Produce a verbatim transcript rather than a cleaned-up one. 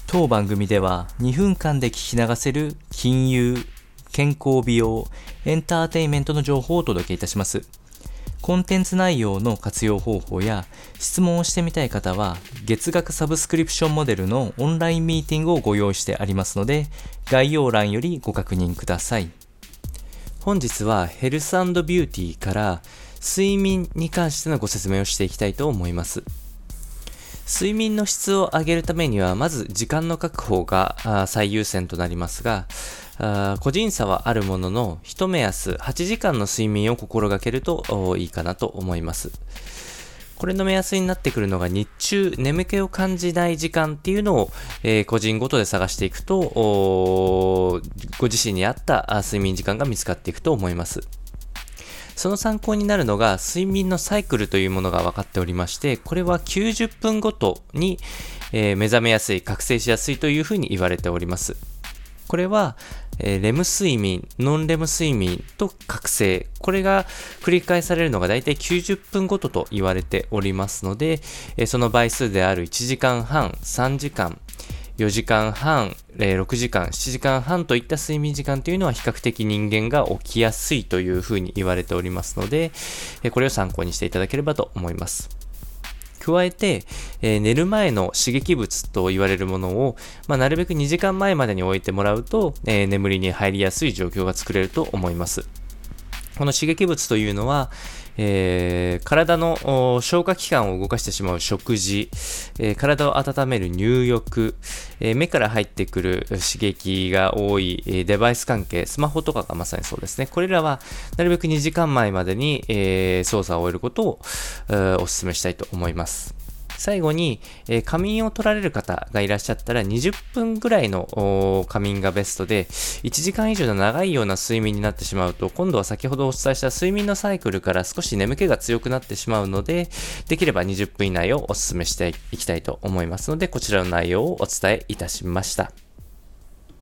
当番組ではにふんかんで聞き流せる金融、健康美容、エンターテインメントの情報をお届けいたします。コンテンツ内容の活用方法や質問をしてみたい方は月額サブスクリプションモデルのオンラインミーティングをご用意してありますので、概要欄よりご確認ください。本日はヘルス&ビューティーから睡眠に関してのご説明をしていきたいと思います。睡眠の質を上げるためにはまず時間の確保が最優先となりますが、個人差はあるものの一目安はちじかんの睡眠を心がけるといいかなと思います。これの目安になってくるのが日中眠気を感じない時間っていうのを、えー、個人ごとで探していくとご自身に合った睡眠時間が見つかっていくと思います。その参考になるのが睡眠のサイクルというものが分かっておりまして、これはきゅうじゅっぷんごとに、えー、目覚めやすい、覚醒しやすいというふうに言われております。これは、えー、レム睡眠、ノンレム睡眠と覚醒、これが繰り返されるのがだいたいきゅうじゅっぷんごとと言われておりますので、えー、その倍数であるいちじかんはん、さんじかん、よじかんはん、ろくじかん、しちじかんはんといった睡眠時間というのは比較的人間が起きやすいというふうに言われておりますので、これを参考にしていただければと思います。加えて、えー、寝る前の刺激物と言われるものを、まあ、なるべくにじかんまえまでに置いてもらうと、えー、眠りに入りやすい状況が作れると思います。この刺激物というのは、えー、体の消化器官を動かしてしまう食事、えー、体を温める入浴、えー、目から入ってくる刺激が多い、えー、デバイス関係、スマホとかがまさにそうですね。これらはなるべくにじかんまえまでに、えー、操作を終えることを、えー、お勧めしたいと思います。最後に、えー、仮眠を取られる方がいらっしゃったらにじゅっぷんぐらいの仮眠がベストで、いちじかん以上の長いような睡眠になってしまうと、今度は先ほどお伝えした睡眠のサイクルから少し眠気が強くなってしまうので、できればにじゅっぷん以内をお勧めしていきたいと思いますので、こちらの内容をお伝えいたしました。